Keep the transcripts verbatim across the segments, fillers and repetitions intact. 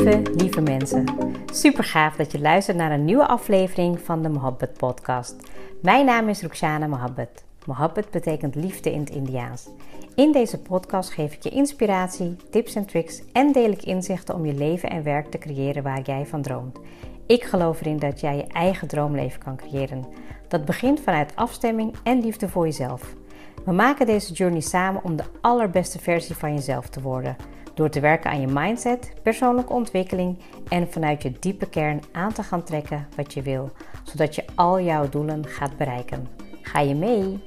Lieve, lieve mensen. Super gaaf dat je luistert naar een nieuwe aflevering van de Mohabbat podcast. Mijn naam is Rukhsana Mohabbat. Mohabbat betekent liefde in het Indiaans. In deze podcast geef ik je inspiratie, tips en tricks en deel ik inzichten om je leven en werk te creëren waar jij van droomt. Ik geloof erin dat jij je eigen droomleven kan creëren. Dat begint vanuit afstemming en liefde voor jezelf. We maken deze journey samen om de allerbeste versie van jezelf te worden. Door te werken aan je mindset, persoonlijke ontwikkeling en vanuit je diepe kern aan te gaan trekken wat je wil. Zodat je al jouw doelen gaat bereiken. Ga je mee?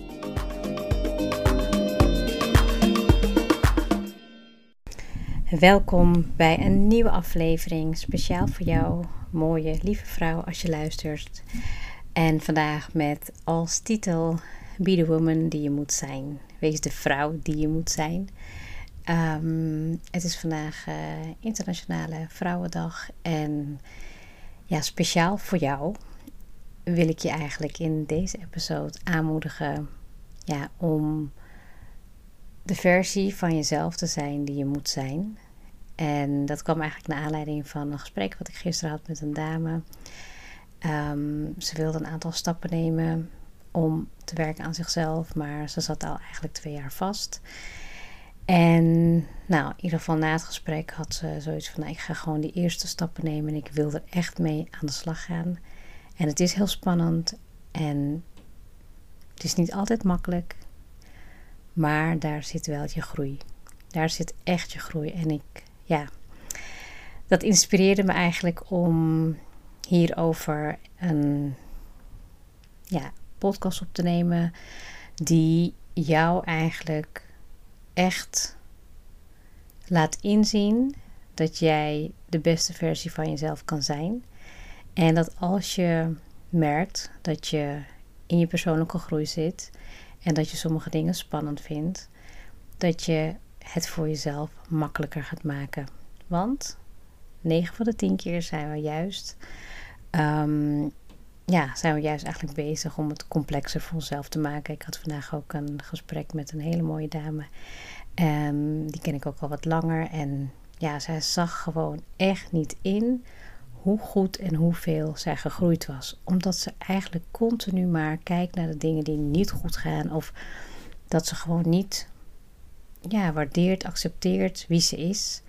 Welkom bij een nieuwe aflevering, speciaal voor jou, mooie, lieve vrouw als je luistert. En vandaag met als titel, Be the woman die je moet zijn. Wees de vrouw die je moet zijn. Um, het is vandaag uh, Internationale Vrouwendag en ja, speciaal voor jou wil ik je eigenlijk in deze episode aanmoedigen ja, om de versie van jezelf te zijn die je moet zijn. En dat kwam eigenlijk naar aanleiding van een gesprek wat ik gisteren had met een dame. Um, ze wilde een aantal stappen nemen om te werken aan zichzelf, maar ze zat al eigenlijk twee jaar vast. En nou, in ieder geval na het gesprek had ze zoiets van, nou, ik ga gewoon die eerste stappen nemen en ik wil er echt mee aan de slag gaan. En het is heel spannend en het is niet altijd makkelijk, maar daar zit wel je groei. Daar zit echt je groei. En ik, ja, dat inspireerde me eigenlijk om hierover een ja, podcast op te nemen die jou eigenlijk echt laat inzien dat jij de beste versie van jezelf kan zijn. En dat als je merkt dat je in je persoonlijke groei zit en dat je sommige dingen spannend vindt, dat je het voor jezelf makkelijker gaat maken. Want negen van de tien keer zijn we juist um, ja, zijn we juist eigenlijk bezig om het complexer voor onszelf te maken. Ik had vandaag ook een gesprek met een hele mooie dame. Um, die ken ik ook al wat langer. En ja, zij zag gewoon echt niet in hoe goed en hoeveel zij gegroeid was. Omdat ze eigenlijk continu maar kijkt naar de dingen die niet goed gaan. Of dat ze gewoon niet ja, waardeert, accepteert wie ze is.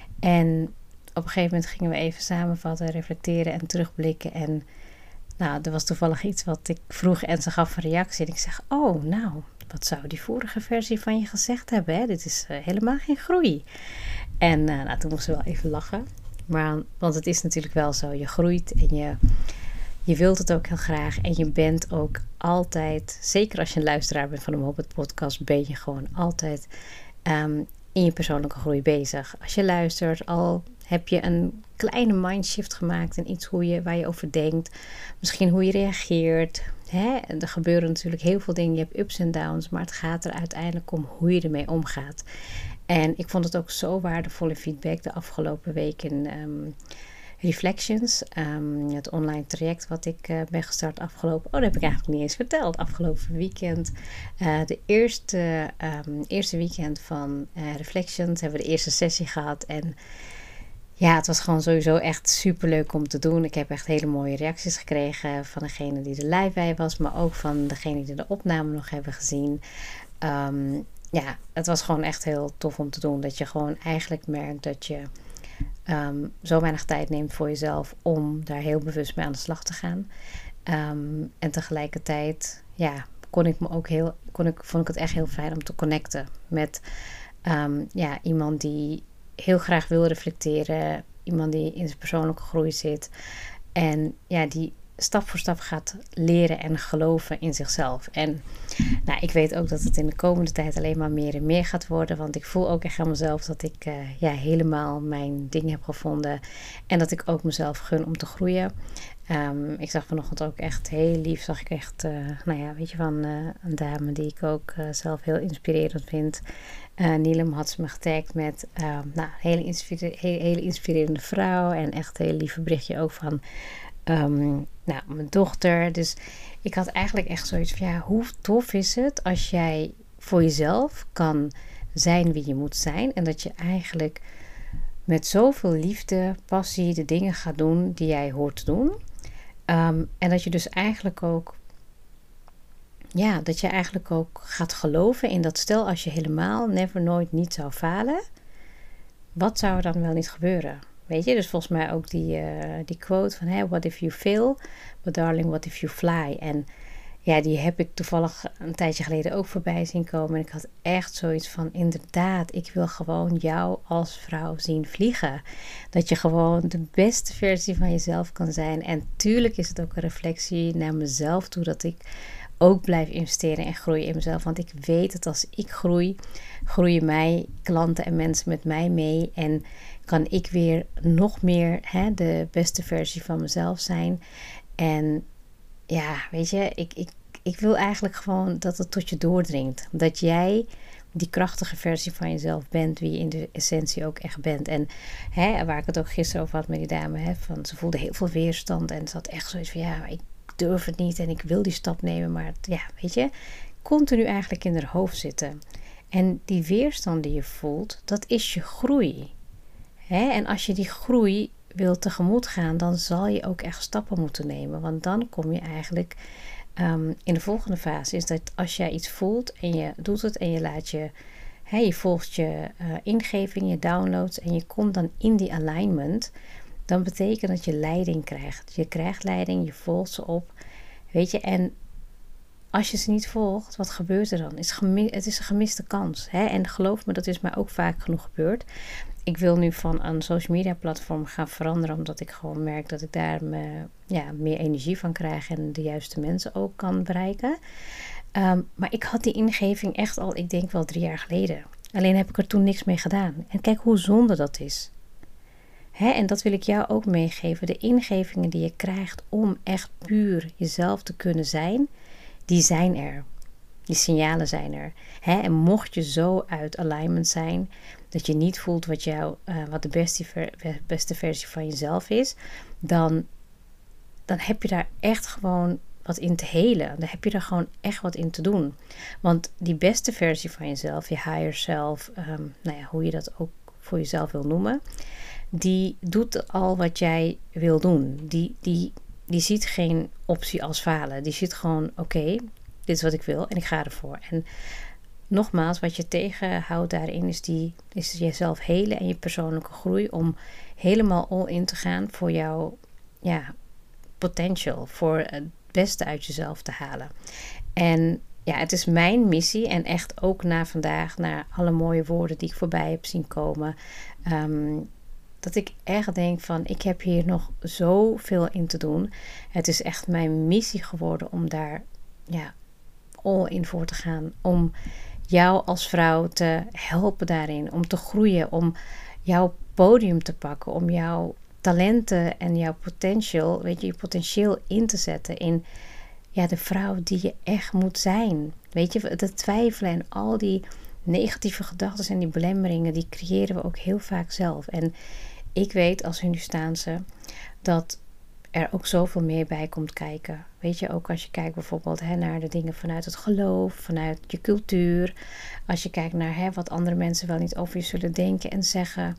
En op een gegeven moment gingen we even samenvatten, reflecteren en terugblikken. En nou, er was toevallig iets wat ik vroeg en ze gaf een reactie. En ik zeg, oh, nou, wat zou die vorige versie van je gezegd hebben? Hè? Dit is uh, helemaal geen groei. En uh, nou, toen moest ze wel even lachen. Maar, want het is natuurlijk wel zo, je groeit en je, je wilt het ook heel graag. En je bent ook altijd, zeker als je een luisteraar bent van de Mohabbat podcast, ben je gewoon altijd um, in je persoonlijke groei bezig. Als je luistert, al heb je een kleine mindshift gemaakt en iets hoe je, waar je over denkt. Misschien hoe je reageert. Hè? Er gebeuren natuurlijk heel veel dingen. Je hebt ups en downs. Maar het gaat er uiteindelijk om hoe je ermee omgaat. En ik vond het ook zo waardevolle feedback de afgelopen weken. Um, Reflections. Um, het online traject wat ik uh, ben gestart afgelopen. Oh, dat heb ik eigenlijk niet eens verteld. Afgelopen weekend. Uh, de eerste, um, eerste weekend van uh, Reflections. Hebben we de eerste sessie gehad. En ja, het was gewoon sowieso echt super leuk om te doen. Ik heb echt hele mooie reacties gekregen van degene die er live bij was, maar ook van degene die de opname nog hebben gezien. Um, ja, het was gewoon echt heel tof om te doen. Dat je gewoon eigenlijk merkt dat je um, zo weinig tijd neemt voor jezelf om daar heel bewust mee aan de slag te gaan. Um, en tegelijkertijd, ja, kon ik me ook heel, kon ik, vond ik het echt heel fijn om te connecten met um, ja, iemand die heel graag wil reflecteren. Iemand die in zijn persoonlijke groei zit. En ja, die stap voor stap gaat leren en geloven in zichzelf. En nou, ik weet ook dat het in de komende tijd alleen maar meer en meer gaat worden. Want ik voel ook echt aan mezelf dat ik uh, ja, helemaal mijn ding heb gevonden. En dat ik ook mezelf gun om te groeien. Um, ik zag vanochtend ook echt heel lief. Zag ik echt, uh, nou ja, weet je, van uh, een dame die ik ook uh, zelf heel inspirerend vind. Uh, Nielem had ze me getagd met uh, nou, een hele, inspire- hele, hele inspirerende vrouw. En echt een heel lief berichtje ook van um, nou, mijn dochter. Dus ik had eigenlijk echt zoiets van, ja, hoe tof is het als jij voor jezelf kan zijn wie je moet zijn. En dat je eigenlijk met zoveel liefde, passie de dingen gaat doen die jij hoort te doen. Um, en dat je dus eigenlijk ook, ja, dat je eigenlijk ook gaat geloven in dat stel als je helemaal never nooit niet zou falen, wat zou er dan wel niet gebeuren? Weet je, dus volgens mij ook die, uh, die quote van, hey, what if you fail, but darling, what if you fly? En ja, die heb ik toevallig een tijdje geleden ook voorbij zien komen. En ik had echt zoiets van, inderdaad, ik wil gewoon jou als vrouw zien vliegen. Dat je gewoon de beste versie van jezelf kan zijn. En tuurlijk is het ook een reflectie naar mezelf toe, dat ik ook blijf investeren en groeien in mezelf. Want ik weet dat als ik groei, groeien mij klanten en mensen met mij mee. En kan ik weer nog meer hè, de beste versie van mezelf zijn. En ja, weet je, ik, ik, ik wil eigenlijk gewoon dat het tot je doordringt. Dat jij die krachtige versie van jezelf bent, wie je in de essentie ook echt bent. En hè, waar ik het ook gisteren over had met die dame, hè, van, ze voelde heel veel weerstand en ze had echt zoiets van, ja, ik durf het niet en ik wil die stap nemen. Maar ja, weet je, continu eigenlijk in haar hoofd zitten. En die weerstand die je voelt, dat is je groei. Hè? En als je die groei wil tegemoet gaan, dan zal je ook echt stappen moeten nemen. Want dan kom je eigenlijk um, in de volgende fase. Is dat als jij iets voelt en je doet het en je laat je, hè, je volgt je uh, ingeving, je downloads en je komt dan in die alignment, dan betekent dat je leiding krijgt. Je krijgt leiding, je volgt ze op. Weet je, en als je ze niet volgt, wat gebeurt er dan? Het is, gemi- het is een gemiste kans. Hè? En geloof me, dat is mij ook vaak genoeg gebeurd. Ik wil nu van een social media platform gaan veranderen, omdat ik gewoon merk dat ik daar me, ja, meer energie van krijg en de juiste mensen ook kan bereiken. Um, maar ik had die ingeving echt al, ik denk wel drie jaar geleden. Alleen heb ik er toen niks mee gedaan. En kijk hoe zonde dat is. Hè? En dat wil ik jou ook meegeven. De ingevingen die je krijgt om echt puur jezelf te kunnen zijn, die zijn er. Die signalen zijn er. Hè? En mocht je zo uit alignment zijn, dat je niet voelt wat, jou, uh, wat de beste, ver, beste versie van jezelf is, dan, dan heb je daar echt gewoon wat in te helen. Dan heb je daar gewoon echt wat in te doen. Want die beste versie van jezelf, je higher self, um, nou ja, hoe je dat ook voor jezelf wil noemen, die doet al wat jij wil doen. Die, die, die ziet geen optie als falen. Die ziet gewoon, oké, okay, dit is wat ik wil en ik ga ervoor. En nogmaals, wat je tegenhoudt daarin is, die, is jezelf helen en je persoonlijke groei, om helemaal all in te gaan voor jouw ja, potential, voor het beste uit jezelf te halen. En ja, het is mijn missie en echt ook na vandaag, na alle mooie woorden die ik voorbij heb zien komen, um, dat ik echt denk van, ik heb hier nog zoveel in te doen. Het is echt mijn missie geworden om daar ja, all in voor te gaan. Om jou als vrouw te helpen daarin. Om te groeien. Om jouw podium te pakken. Om jouw talenten en jouw potential, weet je, je potentieel in te zetten in ja, de vrouw die je echt moet zijn. Weet je, het twijfelen en al die negatieve gedachten en die belemmeringen, die creëren we ook heel vaak zelf. En ik weet als Hindoestaanse dat er ook zoveel meer bij komt kijken. Weet je, ook als je kijkt bijvoorbeeld hè, naar de dingen vanuit het geloof, vanuit je cultuur. Als je kijkt naar hè, wat andere mensen wel niet over je zullen denken en zeggen.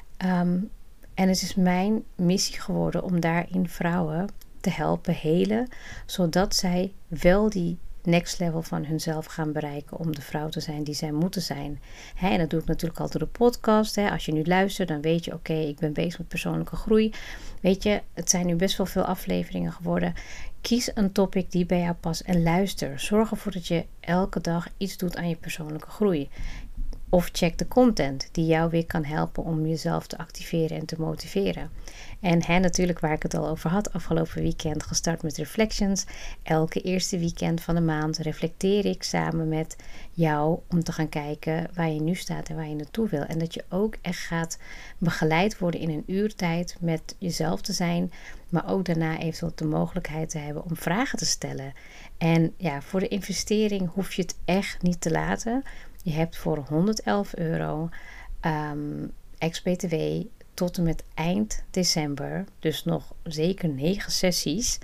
Um, en het is mijn missie geworden om daarin vrouwen te helpen helen, zodat zij wel die next level van hunzelf gaan bereiken om de vrouw te zijn die zij moeten zijn. Hè, en dat doe ik natuurlijk al door de podcast. Hè. Als je nu luistert, dan weet je, oké, okay, ik ben bezig met persoonlijke groei. Weet je, het zijn nu best wel veel afleveringen geworden. Kies een topic die bij jou past en luister. Zorg ervoor dat je elke dag iets doet aan je persoonlijke groei. Of check de content die jou weer kan helpen om jezelf te activeren en te motiveren. En hè, natuurlijk waar ik het al over had, afgelopen weekend gestart met Reflections. Elke eerste weekend van de maand reflecteer ik samen met jou om te gaan kijken waar je nu staat en waar je naartoe wil. En dat je ook echt gaat begeleid worden in een uurtijd met jezelf te zijn, maar ook daarna eventueel de mogelijkheid te hebben om vragen te stellen. En ja, voor de investering hoef je het echt niet te laten. Je hebt voor honderdelf euro um, ex-B T W tot en met eind december, dus nog zeker negen sessies,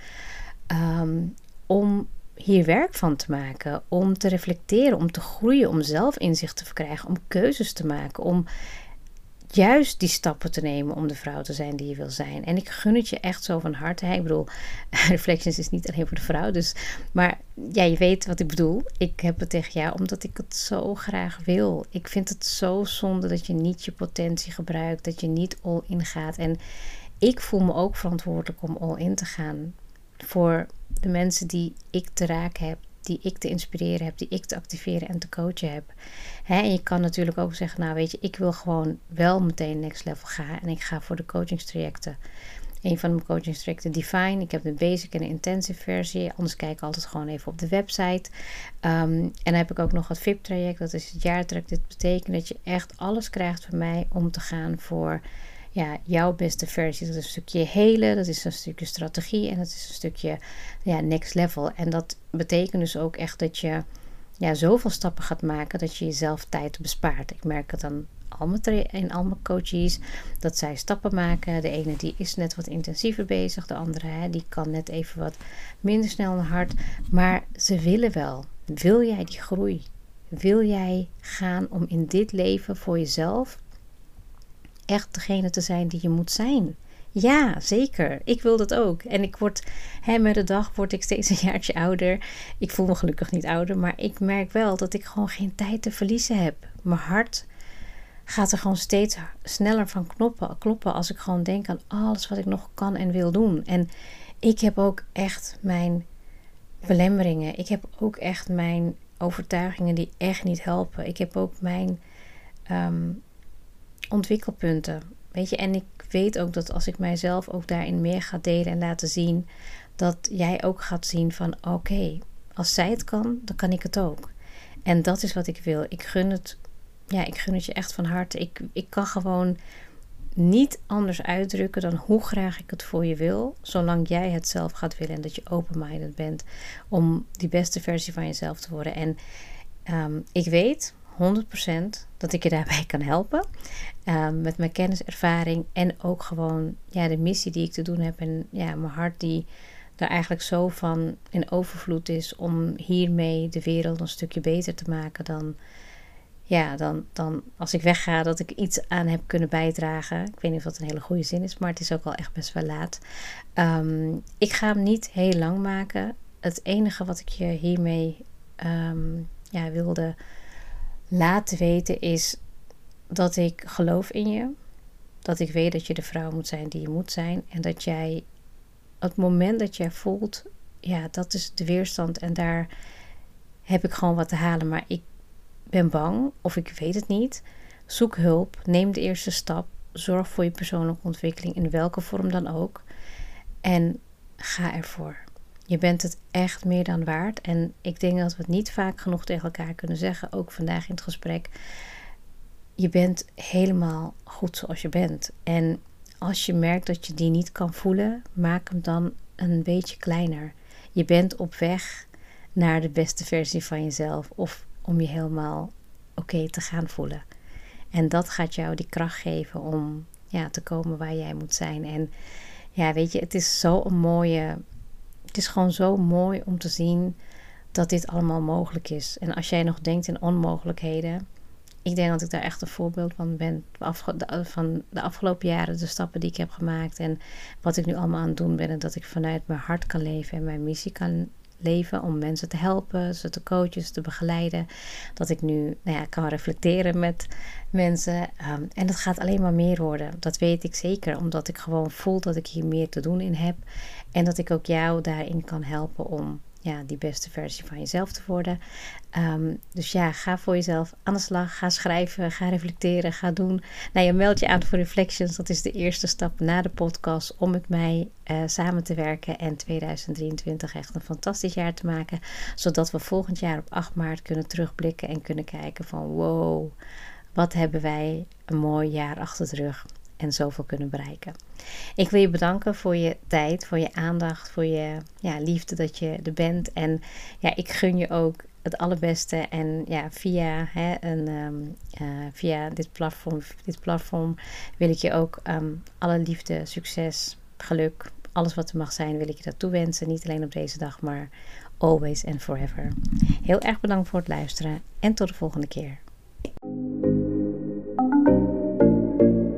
um, om hier werk van te maken, om te reflecteren, om te groeien, om zelf inzicht te verkrijgen, om keuzes te maken, om juist die stappen te nemen om de vrouw te zijn die je wil zijn. En ik gun het je echt zo van harte. Hè? Ik bedoel, Reflections is niet alleen voor de vrouw. Dus, maar ja, je weet wat ik bedoel. Ik heb het tegen jou omdat ik het zo graag wil. Ik vind het zo zonde dat je niet je potentie gebruikt. Dat je niet all in gaat. En ik voel me ook verantwoordelijk om all in te gaan. Voor de mensen die ik te raken heb. Die ik te inspireren heb, die ik te activeren en te coachen heb. Hè, en je kan natuurlijk ook zeggen, nou weet je, ik wil gewoon wel meteen next level gaan. En ik ga voor de coachingstrajecten. Een van mijn coachingstrajecten Define. Ik heb de basic en de intensive versie. Anders kijk ik altijd gewoon even op de website. Um, en dan heb ik ook nog het V I P-traject. Dat is het jaartraject. Dit betekent dat je echt alles krijgt van mij om te gaan voor ja, jouw beste versie. Dat is een stukje helen, dat is een stukje strategie en dat is een stukje ja, next level. En dat betekent dus ook echt dat je ja, zoveel stappen gaat maken dat je jezelf tijd bespaart. Ik merk het dan al mijn tra- in al mijn coaches dat zij stappen maken. De ene die is net wat intensiever bezig, de andere hè, die kan net even wat minder snel naar hard. Maar ze willen wel. Wil jij die groei? Wil jij gaan om in dit leven voor jezelf echt degene te zijn die je moet zijn? Ja, zeker. Ik wil dat ook. En ik word, hè, met de dag word ik steeds een jaartje ouder. Ik voel me gelukkig niet ouder, maar ik merk wel dat ik gewoon geen tijd te verliezen heb. Mijn hart gaat er gewoon steeds sneller van knoppen, kloppen als ik gewoon denk aan alles wat ik nog kan en wil doen. En ik heb ook echt mijn belemmeringen. Ik heb ook echt mijn overtuigingen die echt niet helpen. Ik heb ook mijn um, ontwikkelpunten. Weet je, en ik weet ook dat als ik mijzelf ook daarin meer ga delen en laten zien, dat jij ook gaat zien van oké, okay, als zij het kan, dan kan ik het ook. En dat is wat ik wil. Ik gun het, ja, ik gun het je echt van harte. Ik, ik kan gewoon niet anders uitdrukken dan hoe graag ik het voor je wil, zolang jij het zelf gaat willen en dat je open-minded bent om die beste versie van jezelf te worden. En um, ik weet honderd procent dat ik je daarbij kan helpen. Um, met mijn kennis, ervaring en ook gewoon ja, de missie die ik te doen heb. En ja, mijn hart die daar eigenlijk zo van in overvloed is om hiermee de wereld een stukje beter te maken dan, ja, dan, dan als ik wegga dat ik iets aan heb kunnen bijdragen. Ik weet niet of dat een hele goede zin is, maar het is ook al echt best wel laat. Um, ik ga hem niet heel lang maken. Het enige wat ik je hiermee um, ja, wilde laten weten is dat ik geloof in je. Dat ik weet dat je de vrouw moet zijn die je moet zijn. En dat jij, het moment dat jij voelt, ja, dat is de weerstand. En daar heb ik gewoon wat te halen. Maar ik ben bang of ik weet het niet. Zoek hulp. Neem de eerste stap. Zorg voor je persoonlijke ontwikkeling in welke vorm dan ook. En ga ervoor. Je bent het echt meer dan waard. En ik denk dat we het niet vaak genoeg tegen elkaar kunnen zeggen. Ook vandaag in het gesprek. Je bent helemaal goed zoals je bent. En als je merkt dat je die niet kan voelen, maak hem dan een beetje kleiner. Je bent op weg naar de beste versie van jezelf. Of om je helemaal oké okay te gaan voelen. En dat gaat jou die kracht geven om ja, te komen waar jij moet zijn. En ja, weet je, het is zo een mooie... Het is gewoon zo mooi om te zien dat dit allemaal mogelijk is. En als jij nog denkt in onmogelijkheden, ik denk dat ik daar echt een voorbeeld van ben. Van de afgelopen jaren, de stappen die ik heb gemaakt en wat ik nu allemaal aan het doen ben. En dat ik vanuit mijn hart kan leven en mijn missie kan leven om mensen te helpen, ze te coachen, ze te begeleiden. Dat ik nu nou ja, kan reflecteren met mensen. Um, en dat gaat alleen maar meer worden. Dat weet ik zeker, omdat ik gewoon voel dat ik hier meer te doen in heb. En dat ik ook jou daarin kan helpen om ja, die beste versie van jezelf te worden. Um, dus ja, ga voor jezelf aan de slag. Ga schrijven, ga reflecteren, ga doen. Nou, je meldt je aan voor Reflections. Dat is de eerste stap na de podcast om met mij uh, samen te werken. En tweeduizend drieëntwintig echt een fantastisch jaar te maken. Zodat we volgend jaar op acht maart kunnen terugblikken en kunnen kijken van wow, wat hebben wij een mooi jaar achter de rug. En zoveel kunnen bereiken. Ik wil je bedanken voor je tijd, voor je aandacht, voor je ja, liefde dat je er bent. En ja, ik gun je ook het allerbeste. En ja, via, hè, een, um, uh, via dit, platform, dit platform wil ik je ook um, alle liefde, succes, geluk, alles wat er mag zijn, wil ik je dat toewensen. Niet alleen op deze dag, maar always and forever. Heel erg bedankt voor het luisteren en tot de volgende keer.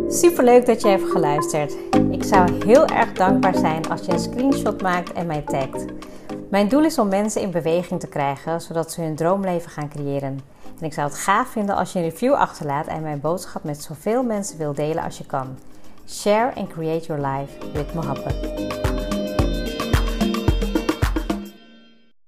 Super leuk dat je hebt geluisterd. Ik zou heel erg dankbaar zijn als je een screenshot maakt en mij tagt. Mijn doel is om mensen in beweging te krijgen, zodat ze hun droomleven gaan creëren. En ik zou het gaaf vinden als je een review achterlaat en mijn boodschap met zoveel mensen wil delen als je kan. Share and create your life with Mohabbat.